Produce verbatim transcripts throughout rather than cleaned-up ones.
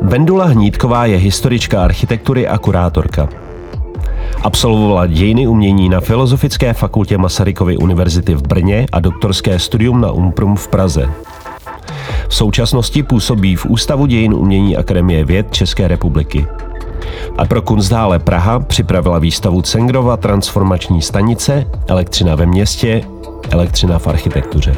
Vendula Hnídková je historička architektury a kurátorka. Absolvovala dějiny umění na Filozofické fakultě Masarykovy univerzity v Brně a doktorské studium na UMPRUM v Praze. V současnosti působí v Ústavu dějin umění Akademie věd České republiky. A pro Kunsthalle Praha připravila výstavu Cengrova transformační stanice, elektřina ve městě, elektřina v architektuře.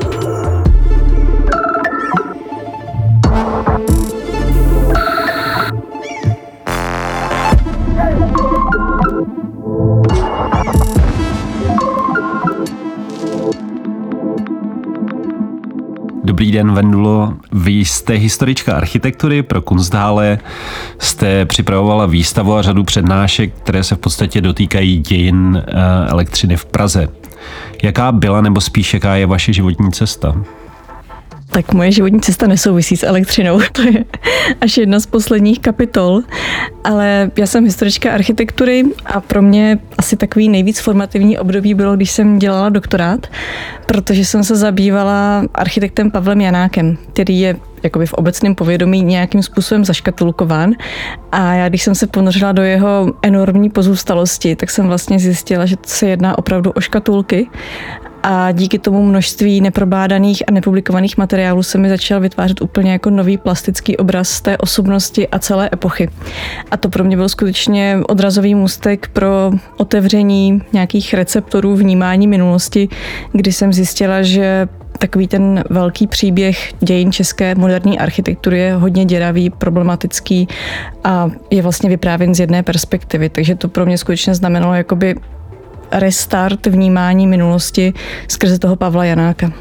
Dobrý den, Vendulo. Vy jste historička architektury, pro Kunsthalle jste připravovala výstavu a řadu přednášek, které se v podstatě dotýkají dějin elektřiny v Praze. Jaká byla, nebo spíš jaká je vaše životní cesta? Tak moje životní cesta nesouvisí s elektřinou, to je až jedna z posledních kapitol, ale já jsem historička architektury a pro mě asi takový nejvíc formativní období bylo, když jsem dělala doktorát, protože jsem se zabývala architektem Pavlem Janákem, který je jakoby v obecném povědomí nějakým způsobem zaškatulkován. A já, když jsem se ponořila do jeho enormní pozůstalosti, tak jsem vlastně zjistila, že se jedná opravdu o škatulky. A díky tomu množství neprobádaných a nepublikovaných materiálů se mi začal vytvářet úplně jako nový plastický obraz té osobnosti a celé epochy. A to pro mě byl skutečně odrazový můstek pro otevření nějakých receptorů vnímání minulosti, kdy jsem zjistila, že takový ten velký příběh dějin české moderní architektury je hodně děravý, problematický a je vlastně vyprávěn z jedné perspektivy. Takže to pro mě skutečně znamenalo jakoby restart vnímání minulosti skrze toho Pavla Janáka.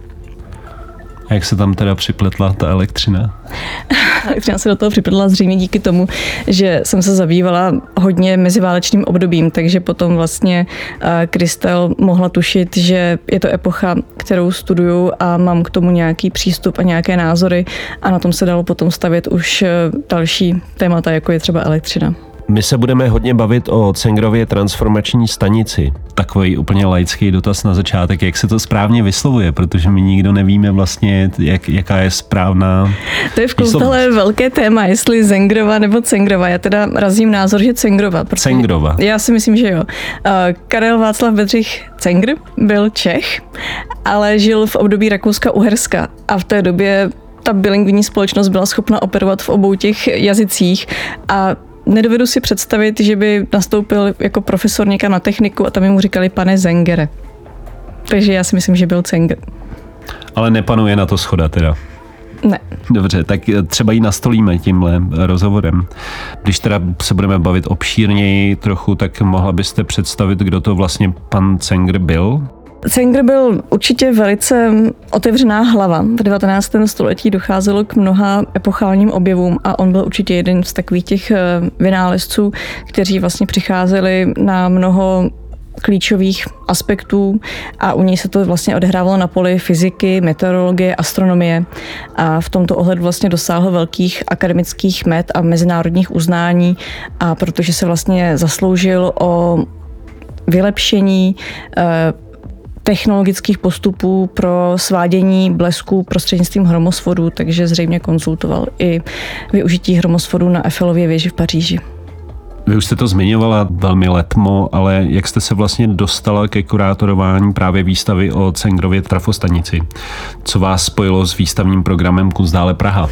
A jak se tam teda připletla ta elektřina? Elektřina se do toho připletla zřejmě díky tomu, že jsem se zabývala hodně meziválečným obdobím, takže potom vlastně Kristel mohla tušit, že je to epocha, kterou studuju a mám k tomu nějaký přístup a nějaké názory a na tom se dalo potom stavět už další témata, jako je třeba elektřina. My se budeme hodně bavit o Cengrově transformační stanici. Takový úplně laický dotaz na začátek, jak se to správně vyslovuje, protože my nikdo nevíme vlastně, jak, jaká je správná. To je v Kunsthalle velké téma, jestli Zengrova nebo Cengrova. Já teda razím názor, že Cengrova. Cengrova. Já si myslím, že jo. Karel Václav Bedřich Cengr byl Čech, ale žil v období Rakouska-Uherska a v té době ta bilingvní společnost byla schopna operovat v obou těch jazycích a nedovedu si představit, že by nastoupil jako profesor někam na techniku a tam mu říkali pane Zengere. Takže já si myslím, že byl Cengr. Ale nepanuje na to shoda teda. Ne. Dobře, tak třeba ji nastolíme tímhle rozhovorem. Když teda se budeme bavit obšírněji trochu, tak mohla byste představit, kdo to vlastně pan Cengr byl? Cengr byl určitě velice otevřená hlava. V devatenáctém století docházelo k mnoha epochálním objevům a on byl určitě jeden z takových těch vynálezců, kteří vlastně přicházeli na mnoho klíčových aspektů a u něj se to vlastně odehrávalo na poli fyziky, meteorologie, astronomie a v tomto ohledu vlastně dosáhl velkých akademických met a mezinárodních uznání a protože se vlastně zasloužil o vylepšení technologických postupů pro svádění blesku prostřednictvím hromosvodů, takže zřejmě konzultoval i využití hromosvodů na Eiffelově věži v Paříži. Vy už jste to zmiňovala velmi letmo, ale jak jste se vlastně dostala ke kurátorování právě výstavy o Cengrově trafostanici? Co vás spojilo s výstavním programem Kunsthalle Praha?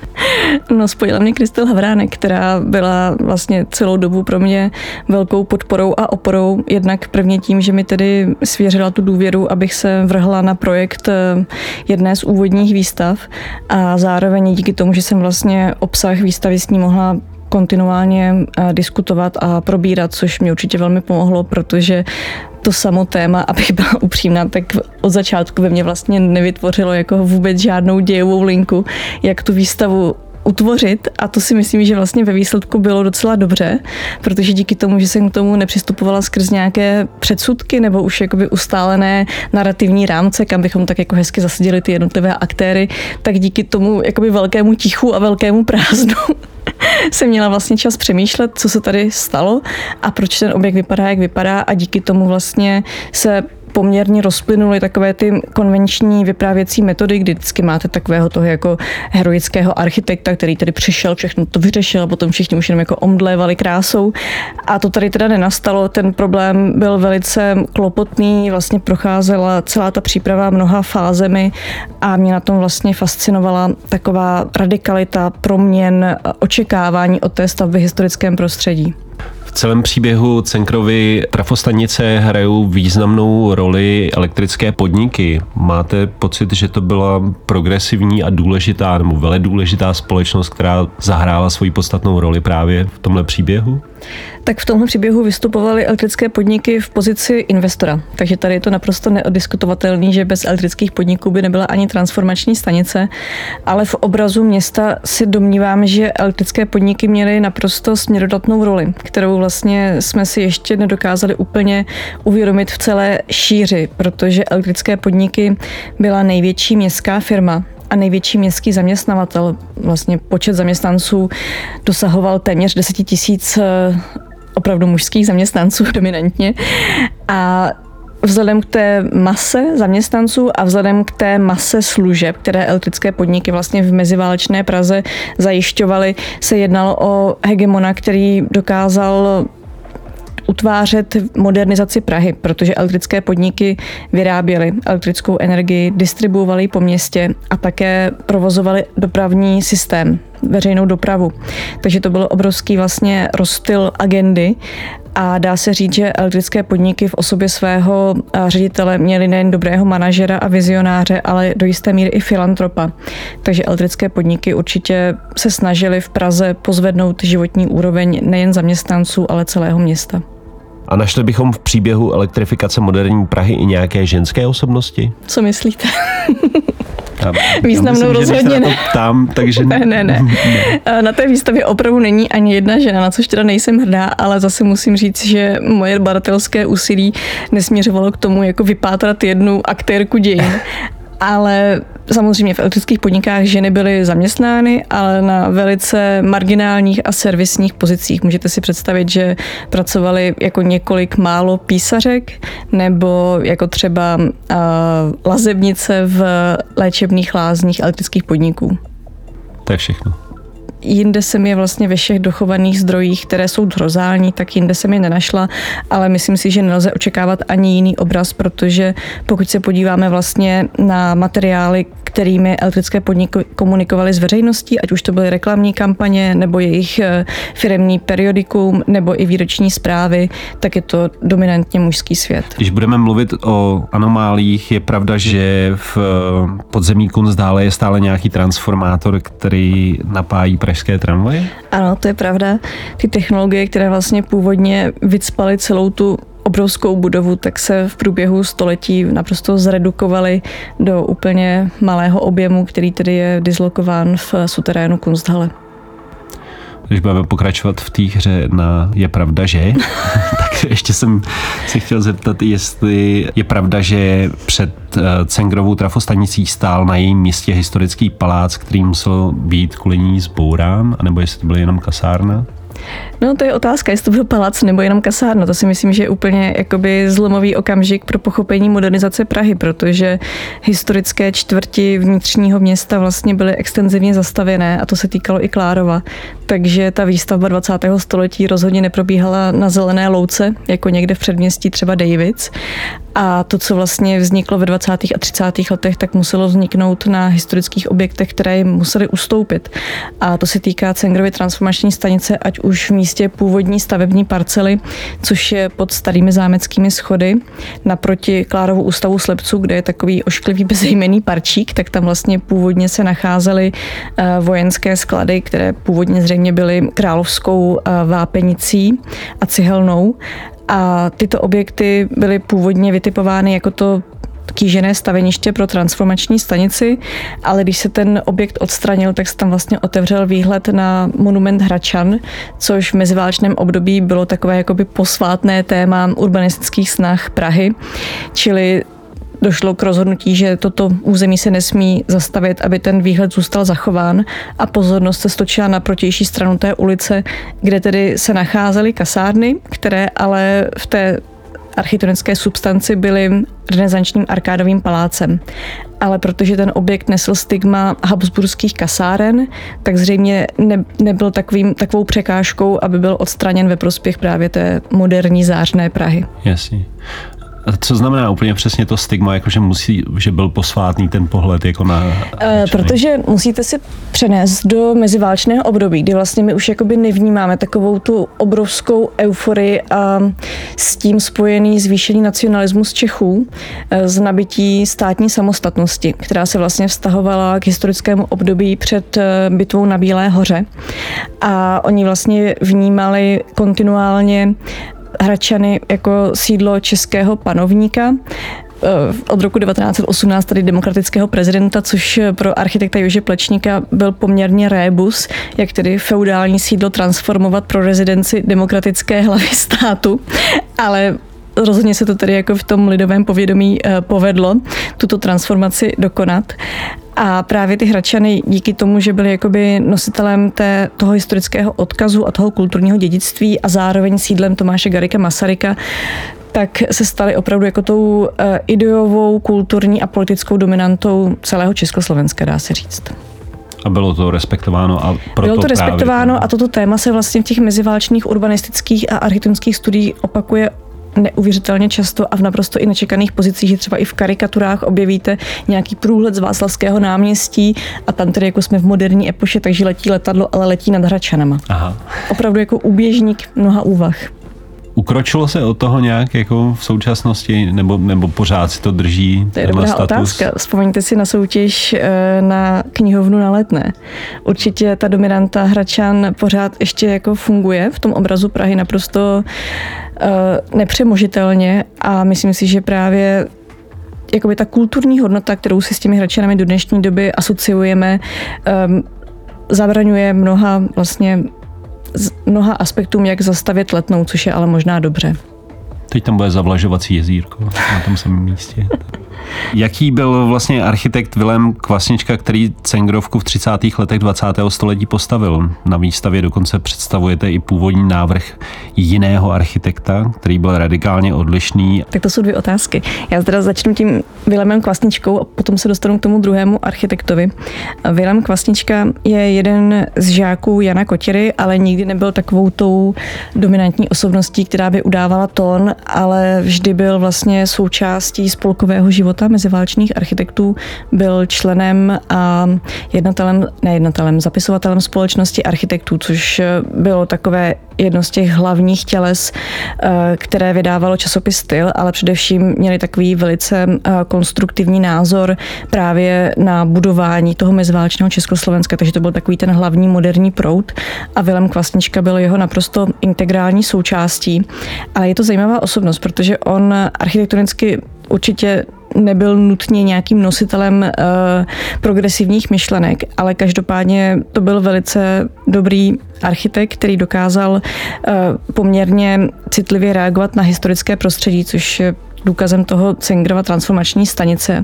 No, spojila mě Kristel Havránek, která byla vlastně celou dobu pro mě velkou podporou a oporou. Jednak prvně tím, že mi tedy svěřila tu důvěru, abych se vrhla na projekt jedné z úvodních výstav a zároveň díky tomu, že jsem vlastně obsah výstavy s ní mohla kontinuálně diskutovat a probírat, což mě určitě velmi pomohlo, protože to samo téma, abych byla upřímná, tak od začátku ve mně vlastně nevytvořilo jako vůbec žádnou dějovou linku, jak tu výstavu utvořit a to si myslím, že vlastně ve výsledku bylo docela dobře, protože díky tomu, že jsem k tomu nepřistupovala skrz nějaké předsudky nebo už jakoby ustálené narrativní rámce, kam bychom tak jako hezky zasadili ty jednotlivé aktéry, tak díky tomu jakoby velkému tichu a velkému prázdnu jsem měla vlastně čas přemýšlet, co se tady stalo a proč ten objekt vypadá, jak vypadá a díky tomu vlastně se poměrně rozplynuly takové ty konvenční vyprávěcí metody, kdy vždycky máte takového toho jako heroického architekta, který tedy přišel, všechno to vyřešil a potom všichni už jenom jako omdlévali krásou. A to tady teda nenastalo, ten problém byl velice klopotný, vlastně procházela celá ta příprava mnoha fázemi a mě na tom vlastně fascinovala taková radikalita proměn, očekávání od té stavby v historickém prostředí. V celém příběhu Cenkrovy trafostanice hrajou významnou roli elektrické podniky. Máte pocit, že to byla progresivní a důležitá nebo veledůležitá společnost, která zahrála svoji podstatnou roli právě v tomhle příběhu? Tak v tomhle příběhu vystupovaly elektrické podniky v pozici investora. Takže tady je to naprosto neodiskutovatelný, že bez elektrických podniků by nebyla ani transformační stanice, ale v obrazu města si domnívám, že elektrické podniky měly naprosto směrodatnou roli, kterou vlastně jsme si ještě nedokázali úplně uvědomit v celé šíři, protože elektrické podniky byla největší městská firma a největší městský zaměstnavatel. Vlastně počet zaměstnanců dosahoval téměř deset tisíc opravdu mužských zaměstnanců dominantně. A vzhledem k té mase zaměstnanců a vzhledem k té mase služeb, které elektrické podniky vlastně v meziválečné Praze zajišťovaly, se jednalo o hegemona, který dokázal utvářet modernizaci Prahy, protože elektrické podniky vyráběly elektrickou energii, distribuovaly po městě a také provozovaly dopravní systém, veřejnou dopravu. Takže to byl obrovský vlastně rozptyl agendy a dá se říct, že elektrické podniky v osobě svého ředitele měly nejen dobrého manažera a vizionáře, ale do jisté míry i filantropa. Takže elektrické podniky určitě se snažily v Praze pozvednout životní úroveň nejen zaměstnanců, ale celého města. A našli bychom v příběhu elektrifikace moderní Prahy i nějaké ženské osobnosti? Co myslíte? Já, Významnou já myslím, rozhodně že ne. Ptám, takže ne, ne, ne. Na té výstavě opravdu není ani jedna žena, na což teda nejsem hrdá, ale zase musím říct, že moje badatelské úsilí nesměřovalo k tomu jako vypátrat jednu aktérku dějin. Ale samozřejmě v elektrických podnikách ženy byly zaměstnány, ale na velice marginálních a servisních pozicích. Můžete si představit, že pracovaly jako několik málo písařek nebo jako třeba uh, lazebnice v léčebných lázních elektrických podniků. To je všechno. Jinde jsem je vlastně ve všech dochovaných zdrojích, které jsou hrozální, tak jinde jsem je nenašla, ale myslím si, že nelze očekávat ani jiný obraz, protože pokud se podíváme vlastně na materiály, kterými elektrické podniky komunikovaly s veřejností, ať už to byly reklamní kampaně, nebo jejich firemní periodikum, nebo i výroční zprávy, tak je to dominantně mužský svět. Když budeme mluvit o anomálích, je pravda, že v podzemí Kunsthalle je stále nějaký transformátor, který napájí pražské tramvaje? Ano, to je pravda. Ty technologie, které vlastně původně vycpaly celou tu obrovskou budovu, tak se v průběhu století naprosto zredukovaly do úplně malého objemu, který tedy je dislokován v suterénu Kunsthalle. Když budeme pokračovat v té hře na Je pravda, že? Tak ještě jsem se chtěl zeptat, jestli je pravda, že před Cenkrovou trafostanicí stál na jejím místě historický palác, který musel být kvůli ní zbourán, anebo jestli to byla jenom kasárna? No to je otázka, jestli to byl palác nebo jenom kasárna. To si myslím, že je úplně jakoby zlomový okamžik pro pochopení modernizace Prahy, protože historické čtvrti vnitřního města vlastně byly extenzivně zastavěné a to se týkalo i Klárova. Takže ta výstavba dvacátého století rozhodně neprobíhala na zelené louce, jako někde v předměstí třeba Davids. A to, co vlastně vzniklo ve dvacátých a třicátých letech, tak muselo vzniknout na historických objektech, které jim museli ustoupit. A to se týká Cenkrovy transformační stanice, ať už v místě původní stavební parcely, což je pod starými zámeckými schody, naproti Klárovu ústavu slepců, kde je takový ošklivý bezejmenný parčík, tak tam vlastně původně se nacházely vojenské sklady, které původně zřejmě byly královskou vápenicí a cihelnou. A tyto objekty byly původně vytipovány jako to kýžené staveniště pro transformační stanici, ale když se ten objekt odstranil, tak se tam vlastně otevřel výhled na monument Hradčan, což v meziválečném období bylo takové jakoby posvátné téma urbanistických snah Prahy, čili došlo k rozhodnutí, že toto území se nesmí zastavit, aby ten výhled zůstal zachován a pozornost se stočila na protější stranu té ulice, kde tedy se nacházely kasárny, které ale v té architektonické substanci byly renesančním arkádovým palácem. Ale protože ten objekt nesl stigma habsburských kasáren, tak zřejmě ne, nebyl takovým, takovou překážkou, aby byl odstraněn ve prospěch právě té moderní zářné Prahy. Jasně. A co znamená úplně přesně to stigma, jakože musí, že byl posvátný ten pohled jako na... E, protože musíte si přenést do meziválečného období, kdy vlastně my už jakoby nevnímáme takovou tu obrovskou euforii a s tím spojený zvýšený nacionalismus Čechů z nabití státní samostatnosti, která se vlastně vztahovala k historickému období před bitvou na Bílé hoře. A oni vlastně vnímali kontinuálně Hradčany jako sídlo českého panovníka, od roku devatenáct set osmnáct tady demokratického prezidenta, což pro architekta Jože Plečníka byl poměrně rébus, jak tedy feudální sídlo transformovat pro rezidenci demokratické hlavy státu, ale rozhodně se to tedy jako v tom lidovém povědomí povedlo tuto transformaci dokonat. A právě ty Hradčany díky tomu, že byly jakoby nositelem té, toho historického odkazu a toho kulturního dědictví a zároveň sídlem Tomáše Garrigua Masaryka, tak se staly opravdu jako tou ideovou, kulturní a politickou dominantou celého Československa, dá se říct. A bylo to respektováno a proto Bylo to respektováno právě... a toto téma se vlastně v těch meziválečných urbanistických a architektonických studiích opakuje neuvěřitelně často a v naprosto i nečekaných pozicích, že třeba i v karikaturách objevíte nějaký průhled z Václavského náměstí a tam tedy jako jsme v moderní epoše, takže letí letadlo, ale letí nad Hradčanama. Aha. Opravdu jako úběžník mnoha úvah. Ukročilo se od toho nějak jako v současnosti, nebo, nebo pořád si to drží? To je dobrá status? Otázka. Vzpomeňte si na soutěž na knihovnu na Letné. Určitě ta dominanta Hradčan pořád ještě jako funguje v tom obrazu Prahy naprosto uh, nepřemožitelně a myslím si, že právě jakoby ta kulturní hodnota, kterou si s těmi Hradčanami do dnešní doby asociujeme, um, zabraňuje mnoha vlastně z mnoha aspektům, jak zastavět Letnou, což je ale možná dobře. Teď tam bude zavlažovací jezírko na tom samém místě. Jaký byl vlastně architekt Vilém Kvasnička, který Cengrovku v třicátých letech dvacátého století postavil? Na výstavě dokonce představujete i původní návrh jiného architekta, který byl radikálně odlišný. Tak to jsou dvě otázky. Já teda začnu tím Vilémem Kvasničkou a potom se dostanu k tomu druhému architektovi. Vilém Kvasnička je jeden z žáků Jana Kotěry, ale nikdy nebyl takovou tou dominantní osobností, která by udávala tón, ale vždy byl vlastně součástí spolkového života meziválečných architektů, byl členem a jednatelem, ne jednatelem, zapisovatelem společnosti architektů, což bylo takové jedno z těch hlavních těles, které vydávalo časopis Styl, ale především měli takový velice konstruktivní názor právě na budování toho meziválečného Československa, takže to byl takový ten hlavní moderní proud a Vilém Kvasnička byl jeho naprosto integrální součástí. A je to zajímavá osobnost, protože on architektonicky určitě nebyl nutně nějakým nositelem uh, progresivních myšlenek, ale každopádně to byl velice dobrý architekt, který dokázal uh, poměrně citlivě reagovat na historické prostředí, což je důkazem toho Cengrova transformační stanice.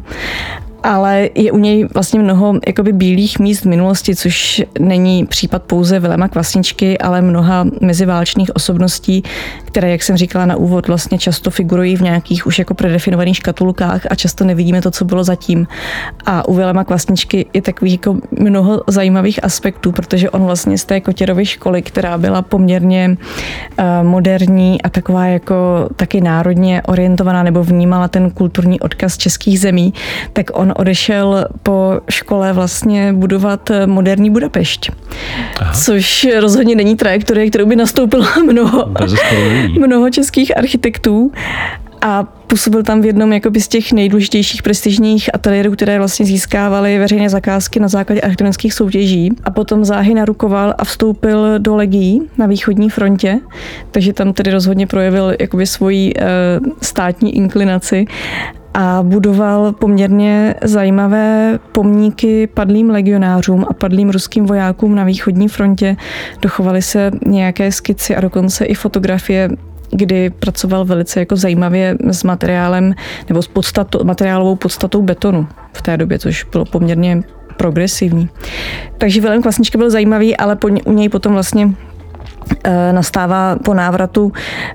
Ale je u něj vlastně mnoho jakoby bílých míst v minulosti, což není případ pouze Viléma Kvasničky, ale mnoha meziválečných osobností, které, jak jsem říkala na úvod, vlastně často figurují v nějakých už jako predefinovaných škatulkách a často nevidíme to, co bylo zatím. A u Viléma Kvasničky je takových jako mnoho zajímavých aspektů, protože on vlastně z té Kotěrovy školy, která byla poměrně uh, moderní a taková jako taky národně orientovaná nebo vnímala ten kulturní odkaz českých zemí, tak on odešel po škole vlastně budovat moderní Budapešť. Aha. Což rozhodně není trajektorie, kterou by nastoupilo mnoho, mnoho českých architektů. A působil tam v jednom jakoby z těch nejdůležitějších prestižních ateliérů, které vlastně získávaly veřejné zakázky na základě architektonických soutěží. A potom záhy narukoval a vstoupil do legií na východní frontě, takže tam tedy rozhodně projevil jakoby svoji uh, státní inklinaci a budoval poměrně zajímavé pomníky padlým legionářům a padlým ruským vojákům na východní frontě. Dochovaly se nějaké skici a dokonce i fotografie, kdy pracoval velice jako zajímavě s materiálem nebo s podstatou, materiálovou podstatou betonu v té době, což bylo poměrně progresivní. Takže Vilém Kvasnička byl zajímavý, ale po, u něj potom vlastně nastává po návratu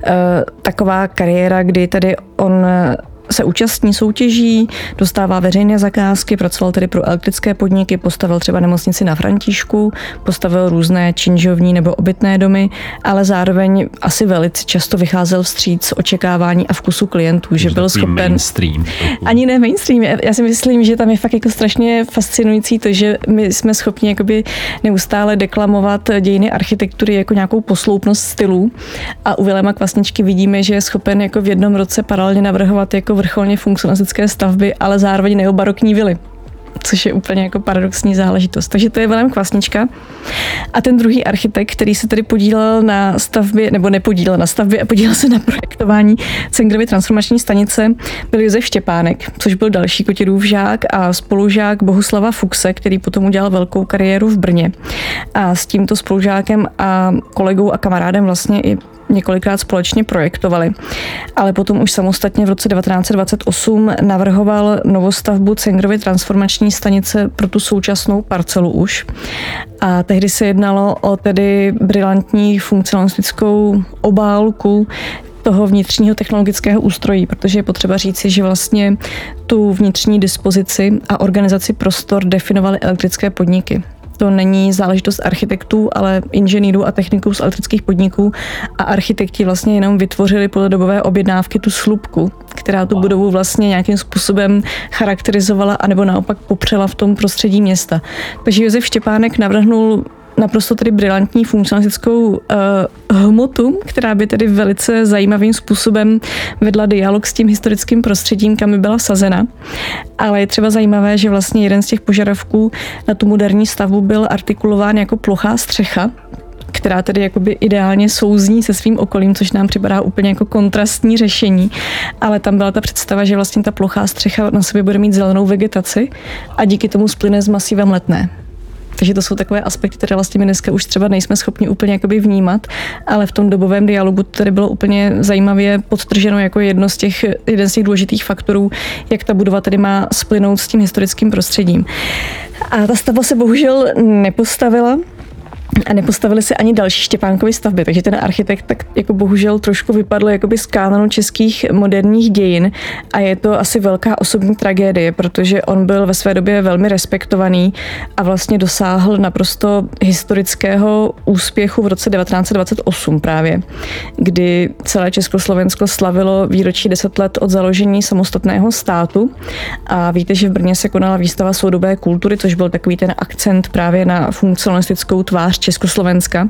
taková kariéra, kdy tedy on se účastní soutěží, dostává veřejné zakázky, pracoval tedy pro elektrické podniky, postavil třeba nemocnici na Františku, postavil různé činžovní nebo obytné domy, ale zároveň asi velice často vycházel vstříc očekávání a vkusu klientů, že byl schopen... Mainstream. Ani ne mainstream. Já si myslím, že tam je fakt jako strašně fascinující to, že my jsme schopni jakoby neustále deklamovat dějiny architektury jako nějakou posloupnost stylů a u Viléma Kvasničky vidíme, že je schopen jako v jednom roce paralelně navrhovat jako vrcholně funkcionalistické stavby, ale zároveň neobarokní vily, což je úplně jako paradoxní záležitost. Takže to je Vilém Kvasnička. A ten druhý architekt, který se tedy podílel na stavbě, nebo nepodílel na stavbě a podílel se na projektování Cengrovy transformační stanice, byl Josef Štěpánek, což byl další Kotěrův žák a spolužák Bohuslava Fuchse, který potom udělal velkou kariéru v Brně. A s tímto spolužákem a kolegou a kamarádem vlastně i několikrát společně projektovali. Ale potom už samostatně v roce devatenáct set dvacet osm navrhoval novostavbu Cengrovy transformační stanice pro tu současnou parcelu už. A tehdy se jednalo o tedy brilantní funkcionalistickou obálku toho vnitřního technologického ústrojí, protože je potřeba říci, že vlastně tu vnitřní dispozici a organizaci prostor definovaly elektrické podniky. To není záležitost architektů, ale inženýrů a techniků z elektrických podniků a architekti vlastně jenom vytvořili podle dobové objednávky tu slupku, která tu budovu vlastně nějakým způsobem charakterizovala anebo naopak popřela v tom prostředí města. Takže Josef Štěpánek navrhnul naprosto tedy brilantní funkcionalistickou uh, hmotu, která by tedy velice zajímavým způsobem vedla dialog s tím historickým prostředím, kam by byla vsazena. Ale je třeba zajímavé, že vlastně jeden z těch požadavků na tu moderní stavbu byl artikulován jako plochá střecha, která tedy jakoby ideálně souzní se svým okolím, což nám připadá úplně jako kontrastní řešení. Ale tam byla ta představa, že vlastně ta plochá střecha na sobě bude mít zelenou vegetaci a díky tomu splyne s masivem Letné. Takže to jsou takové aspekty, které vlastně my dneska už třeba nejsme schopni úplně jakoby vnímat, ale v tom dobovém dialogu to tady bylo úplně zajímavě podtrženo jako jedno z těch, jeden z těch důležitých faktorů, jak ta budova tady má splynout s tím historickým prostředím. A ta stavba se bohužel nepostavila. A nepostavili se ani další Štěpánkovy stavby, takže ten architekt tak jako bohužel trošku vypadl jakoby z kánonu českých moderních dějin a je to asi velká osobní tragédie, protože on byl ve své době velmi respektovaný a vlastně dosáhl naprosto historického úspěchu v roce devatenáct set dvacet osm právě, kdy celé Československo slavilo výročí deset let od založení samostatného státu a víte, že v Brně se konala výstava soudobé kultury, což byl takový ten akcent právě na funkcionalistickou tvář Československa.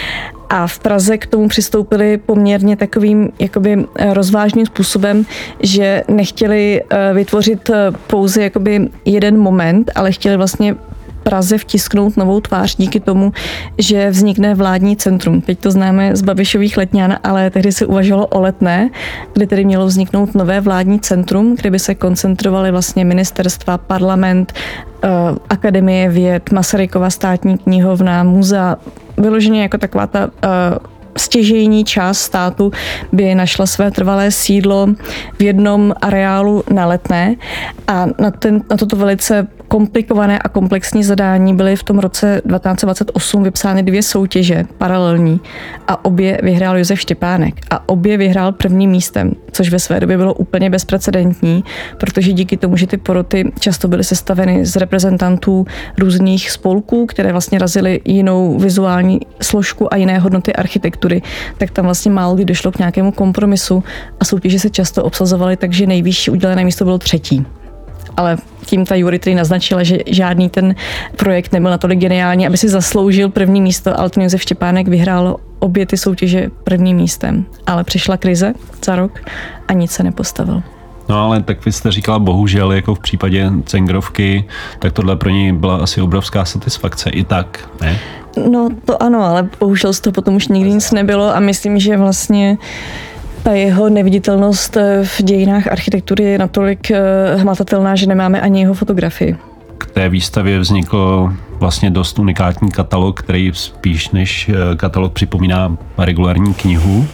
A v Praze k tomu přistoupili poměrně takovým jakoby rozvážným způsobem, že nechtěli vytvořit pouze jakoby jeden moment, ale chtěli vlastně Praze vtisknout novou tvář díky tomu, že vznikne vládní centrum. Teď to známe z Babišových Letňan, ale tehdy se uvažovalo o Letné, kdy tedy mělo vzniknout nové vládní centrum, kde by se koncentrovaly vlastně ministerstva, parlament, Akademie věd, Masarykova státní knihovna, muzea, vyloženě jako taková ta stěžejní část státu by našla své trvalé sídlo v jednom areálu na Letné a na, ten, na toto velice komplikované a komplexní zadání byly v tom roce devatenáct set dvacet osm vypsány dvě soutěže paralelní a obě vyhrál Josef Štěpánek a obě vyhrál prvním místem, což ve své době bylo úplně bezprecedentní, protože díky tomu, že ty poroty často byly sestaveny z reprezentantů různých spolků, které vlastně razily jinou vizuální složku a jiné hodnoty architektury, tak tam vlastně málo kdy došlo k nějakému kompromisu a soutěže se často obsazovaly, takže nejvyšší udělené místo bylo třetí. Ale tím ta jury tedy naznačila, že žádný ten projekt nebyl natolik geniální, aby si zasloužil první místo, ale ten Josef Štěpánek vyhrál obě ty soutěže prvním místem. Ale přišla krize za rok a nic se nepostavil. No ale tak vy jste říkala bohužel, jako v případě Cengrovky, tak tohle pro něj byla asi obrovská satisfakce i tak, ne? No to ano, ale bohužel z toho potom už nikdy nic nebylo a myslím, že vlastně ta jeho neviditelnost v dějinách architektury je natolik hmatatelná, že nemáme ani jeho fotografii. K té výstavě vznikl vlastně dost unikátní katalog, který spíš než katalog připomíná regulární knihu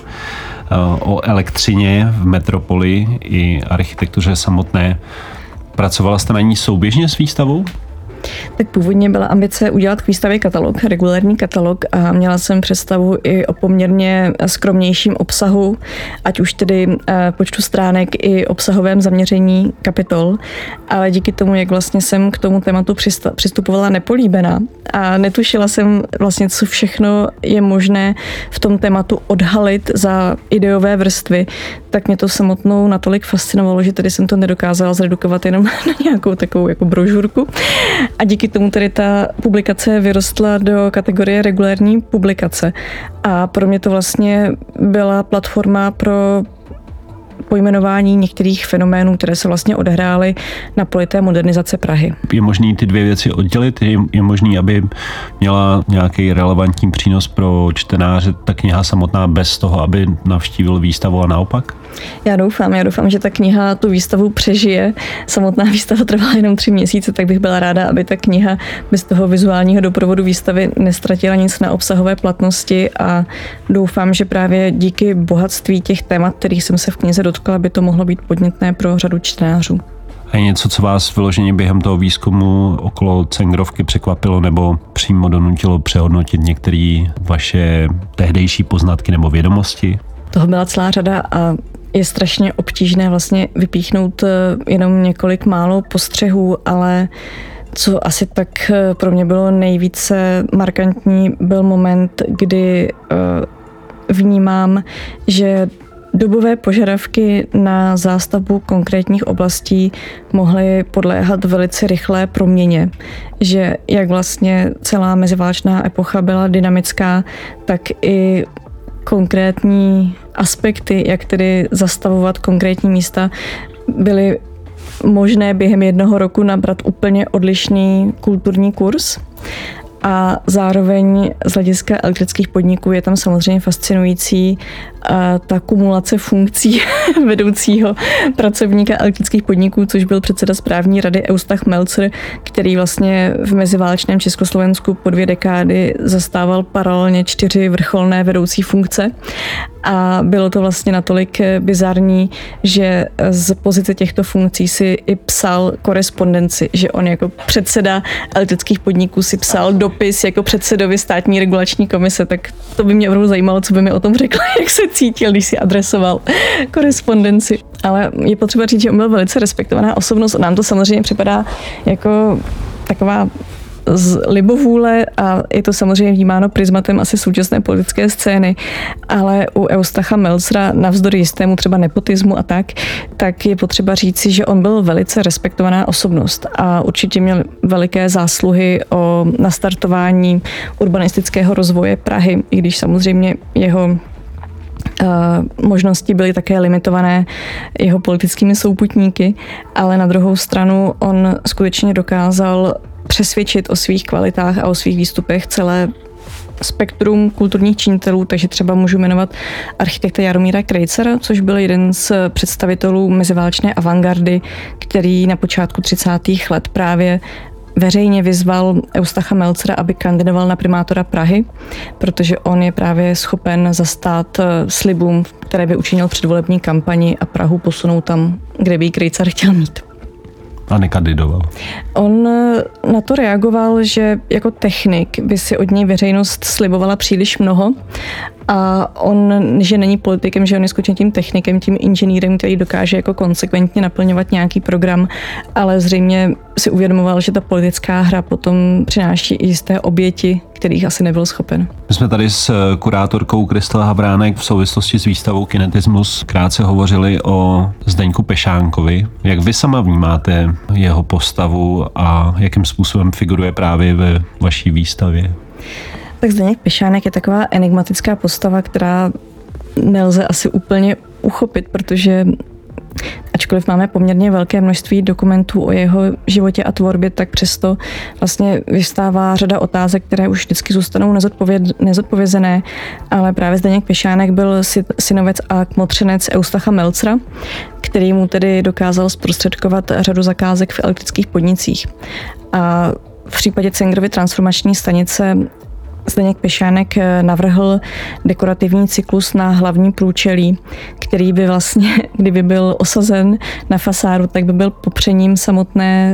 o elektřině v metropoli i architektuře samotné. Pracovala jste na ní souběžně s výstavou? Tak původně byla ambice udělat k výstavě katalog, regulární katalog a měla jsem představu i o poměrně skromnějším obsahu, ať už tedy počtu stránek i obsahovém zaměření kapitol, ale díky tomu, jak vlastně jsem k tomu tématu přistupovala nepolíbená a netušila jsem vlastně, co všechno je možné v tom tématu odhalit za ideové vrstvy, tak mě to samotnou natolik fascinovalo, že tady jsem to nedokázala zredukovat jenom na nějakou takovou jako brožurku. A díky tomu tedy ta publikace vyrostla do kategorie regulární publikace. A pro mě to vlastně byla platforma pro pojmenování některých fenoménů, které se vlastně odehrály na poli té modernizace Prahy. Je možný ty dvě věci oddělit? Je, je možný, aby měla nějaký relevantní přínos pro čtenáře ta kniha samotná bez toho, aby navštívil výstavu a naopak? Já doufám, já doufám, že ta kniha tu výstavu přežije. Samotná výstava trvala jenom tři měsíce, tak bych byla ráda, aby ta kniha bez toho vizuálního doprovodu výstavy nestratila nic na obsahové platnosti a doufám, že právě díky bohatství těch témat, kterých jsem se v knize dotkla, by to mohlo být podnětné pro řadu čtenářů. A je něco, co vás vyloženě během toho výzkumu okolo Cengrovky překvapilo nebo přímo donutilo přehodnotit některé vaše tehdejší poznatky nebo vědomosti? Toho byla celá řada a je strašně obtížné vlastně vypíchnout jenom několik málo postřehů, ale co asi tak pro mě bylo nejvíce markantní, byl moment, kdy vnímám, že dobové požadavky na zástavbu konkrétních oblastí mohly podléhat velice rychlé proměně, že jak vlastně celá meziválečná epocha byla dynamická, tak i konkrétní aspekty, jak tedy zastavovat konkrétní místa, byly možné během jednoho roku nabrat úplně odlišný kulturní kurz. A zároveň z hlediska elektrických podniků je tam samozřejmě fascinující ta kumulace funkcí vedoucího pracovníka elektrických podniků, což byl předseda správní rady Eustach Melzer, který vlastně v meziválečném Československu po dvě dekády zastával paralelně čtyři vrcholné vedoucí funkce. A bylo to vlastně natolik bizarní, že z pozice těchto funkcí si i psal korespondenci, že on jako předseda elektrických podniků si psal dopis jako předsedovi státní regulační komise, tak to by mě opravdu zajímalo, co by mi o tom řekla, jak se cítil, když si adresoval korespondenci. Ale je potřeba říct, že on byl velice respektovaná osobnost. Nám to samozřejmě připadá jako taková z libovůle a je to samozřejmě vnímáno prismatem asi současné politické scény, ale u Eustacha Melzera navzdory jistému třeba nepotismu a tak, tak je potřeba říci, že on byl velice respektovaná osobnost a určitě měl veliké zásluhy o nastartování urbanistického rozvoje Prahy, i když samozřejmě jeho Uh, možnosti byly také limitované jeho politickými souputníky, ale na druhou stranu on skutečně dokázal přesvědčit o svých kvalitách a o svých výstupech celé spektrum kulturních činitelů, takže třeba můžu jmenovat architekta Jaromíra Krejcera, což byl jeden z představitelů meziválečné avantgardy, který na počátku třicátých let právě veřejně vyzval Eustacha Melzera, aby kandidoval na primátora Prahy, protože on je právě schopen zastát slibům, které by učinil v předvolební kampani a Prahu posunout tam, kde by ji Krejcar chtěl mít. A nekandidoval. On na to reagoval, že jako technik by si od něj veřejnost slibovala příliš mnoho a on, že není politikem, že on je skutečně tím technikem, tím inženýrem, který dokáže jako konsekventně naplňovat nějaký program, ale zřejmě si uvědomoval, že ta politická hra potom přináší i jisté oběti, kterých asi nebyl schopen. My jsme tady s kurátorkou Kristela Havránek v souvislosti s výstavou Kinetismus krátce hovořili o Zdeňku Pešánkovi. Jak vy sama vnímáte jeho postavu a jakým způsobem figuruje právě ve vaší výstavě? Tak Zdeněk Pešánek je taková enigmatická postava, která nelze asi úplně uchopit, protože ačkoliv máme poměrně velké množství dokumentů o jeho životě a tvorbě, tak přesto vlastně vystává řada otázek, které už vždycky zůstanou nezodpověd, nezodpovězené, ale právě Zdeněk Pešánek byl synovec a kmotřenec Eustacha Melzera, který mu tedy dokázal zprostředkovat řadu zakázek v elektrických podnicích. A v případě Cengrovy transformační stanice Zdeněk Pešánek navrhl dekorativní cyklus na hlavní průčelí, který by vlastně, kdyby byl osazen na fasádu, tak by byl popřením samotné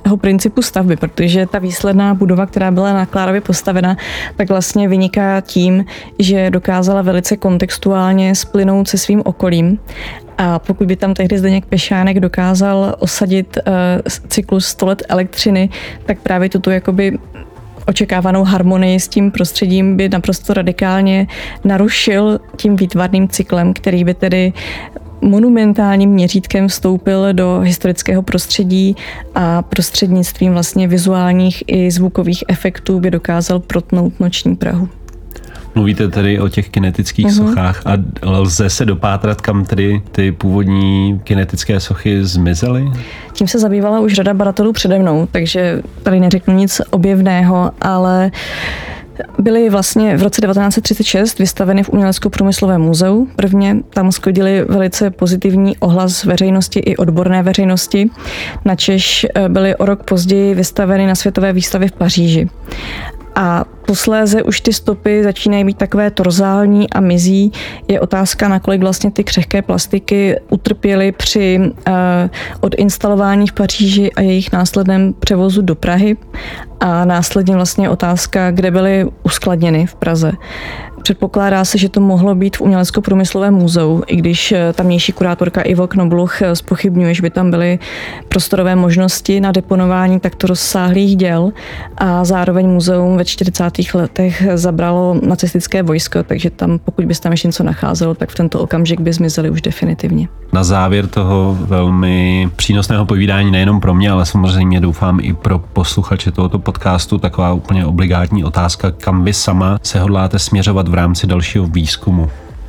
toho principu stavby, protože ta výsledná budova, která byla na Klárově postavena, tak vlastně vyniká tím, že dokázala velice kontextuálně splynout se svým okolím. A pokud by tam tehdy Zdeněk Pešánek dokázal osadit uh, cyklus sto let elektřiny, tak právě tuto jakoby očekávanou harmonii s tím prostředím by naprosto radikálně narušil tím výtvarným cyklem, který by tedy monumentálním měřítkem vstoupil do historického prostředí a prostřednictvím vlastně vizuálních i zvukových efektů by dokázal protnout noční Prahu. Mluvíte tedy o těch kinetických uh-huh. sochách a lze se dopátrat, kam tedy ty původní kinetické sochy zmizely? Tím se zabývala už řada badatelů přede mnou, takže tady neřeknu nic objevného, ale byly vlastně v roce devatenáct set třicet šest vystaveny v Umělecko-průmyslovém muzeu. Prvně tam sklidili velice pozitivní ohlas veřejnosti i odborné veřejnosti, načež byly o rok později vystaveny na světové výstavě v Paříži. A posléze už ty stopy začínají být takové torzální a mizí. Je otázka, nakolik vlastně ty křehké plastiky utrpěly při uh, odinstalování v Paříži a jejich následném převozu do Prahy. A následně vlastně otázka, kde byly uskladněny v Praze. Předpokládá se, že to mohlo být v Umělecko-průmyslovém muzeu, i když tamnější kurátorka Ivo Knobluch zpochybňuje, že by tam byly prostorové možnosti na deponování takto rozsáhlých děl a zároveň muzeum ve čtyřicátých letech zabralo nacistické vojsko, takže tam, pokud by se tam ještě něco nacházelo, tak v tento okamžik by zmizely už definitivně. Na závěr toho velmi přínosného povídání nejenom pro mě, ale samozřejmě doufám i pro posluchače tohoto podcastu taková úplně obligátní otázka, kam vy sama se hodláte směřovat v rámci dalšího výzkumu?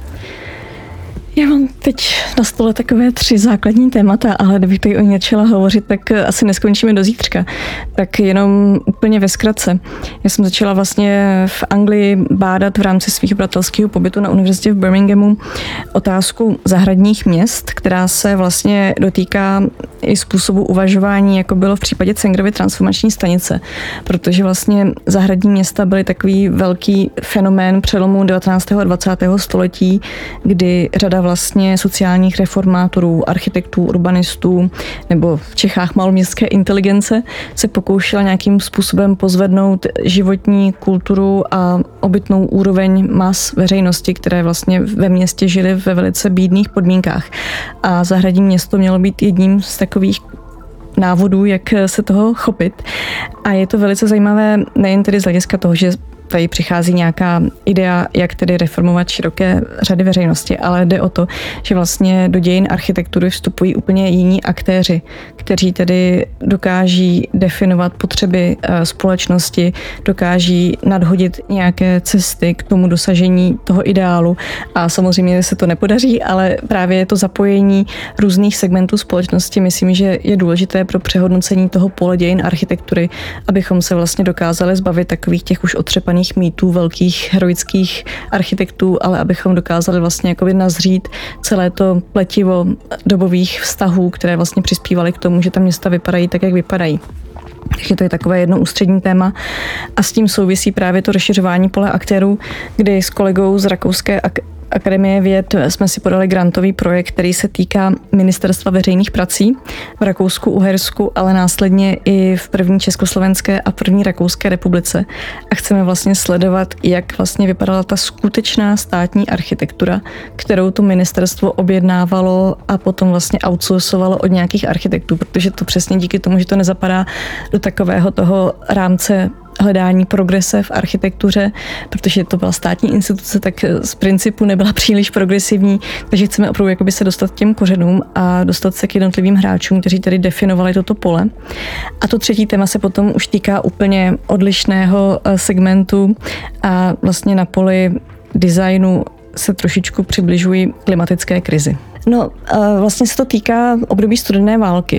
Já mám teď na stole takové tři základní témata, ale kdybych tady o ně začala hovořit, tak asi neskončíme do zítřka. Tak jenom úplně ve zkratce. Já jsem začala vlastně v Anglii bádat v rámci svých bratelského pobytu na univerzitě v Birminghamu otázku zahradních měst, která se vlastně dotýká i způsobu uvažování, jako bylo v případě Cengrovy transformační stanice. Protože vlastně zahradní města byly takový velký fenomén přelomu devatenáctého a dvacátého století, kdy řada vlastně sociálních reformátorů, architektů, urbanistů nebo v Čechách maloměstské inteligence se pokoušela nějakým způsobem pozvednout životní kulturu a obytnou úroveň mas veřejnosti, které vlastně ve městě žily ve velice bídných podmínkách. A zahradní město mělo být jedním z takových návodů, jak se toho chopit. A je to velice zajímavé nejen tedy z hlediska toho, že tady přichází nějaká idea, jak tedy reformovat široké řady veřejnosti, ale jde o to, že vlastně do dějin architektury vstupují úplně jiní aktéři, kteří tedy dokáží definovat potřeby společnosti, dokáží nadhodit nějaké cesty k tomu dosažení toho ideálu a samozřejmě se to nepodaří, ale právě je to zapojení různých segmentů společnosti, myslím, že je důležité pro přehodnocení toho pole dějin architektury, abychom se vlastně dokázali zbavit takových těch už otřepaných mýtů velkých heroických architektů, ale abychom dokázali vlastně jakoby nazřít celé to pletivo dobových vztahů, které vlastně přispívaly k tomu, že ta města vypadají tak, jak vypadají. Takže to je takové jedno ústřední téma. A s tím souvisí právě to rozšiřování pole aktérů, kdy s kolegou z Rakouské Akademie věd jsme si podali grantový projekt, který se týká Ministerstva veřejných prací v Rakousku-Uhersku, ale následně i v první Československé a první Rakouské republice. A chceme vlastně sledovat, jak vlastně vypadala ta skutečná státní architektura, kterou to ministerstvo objednávalo a potom vlastně outsourcovalo od nějakých architektů, protože to přesně díky tomu, že to nezapadá do takového toho rámce hledání progrese v architektuře, protože to byla státní instituce, tak z principu nebyla příliš progresivní, takže chceme opravdu jakoby se dostat k těm kořenům a dostat se k jednotlivým hráčům, kteří tady definovali toto pole. A to třetí téma se potom už týká úplně odlišného segmentu a vlastně na poli designu se trošičku přibližují klimatické krizi. No, vlastně se to týká období studené války,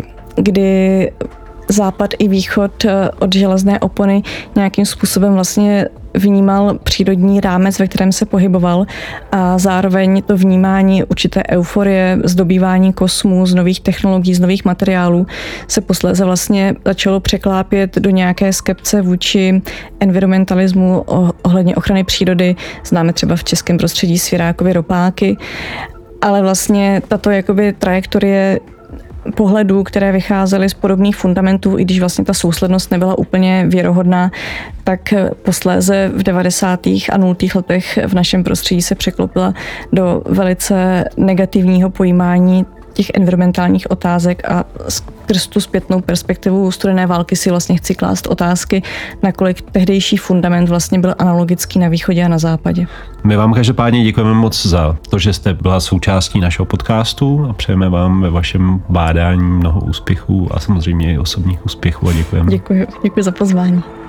kdy Západ i východ od železné opony nějakým způsobem vlastně vnímal přírodní rámec, ve kterém se pohyboval a zároveň to vnímání určité euforie, zdobývání kosmu, z nových technologií, z nových materiálů se posléze vlastně začalo překlápět do nějaké skepce vůči environmentalismu ohledně ochrany přírody. Známe třeba v českém prostředí Svěrákovy ropáky, ale vlastně tato jakoby trajektorie pohledů, které vycházely z podobných fundamentů, i když vlastně ta souslednost nebyla úplně věrohodná, tak posléze v devadesátých a nultých letech v našem prostředí se překlopila do velice negativního pojímání těch environmentálních otázek a skrz tu zpětnou perspektivu studené války si vlastně chci klást otázky, nakolik tehdejší fundament vlastně byl analogický na východě a na západě. My vám každopádně děkujeme moc za to, že jste byla součástí našeho podcastu a přejeme vám ve vašem bádání mnoho úspěchů a samozřejmě i osobních úspěchů a děkujeme. Děkuji, děkuji za pozvání.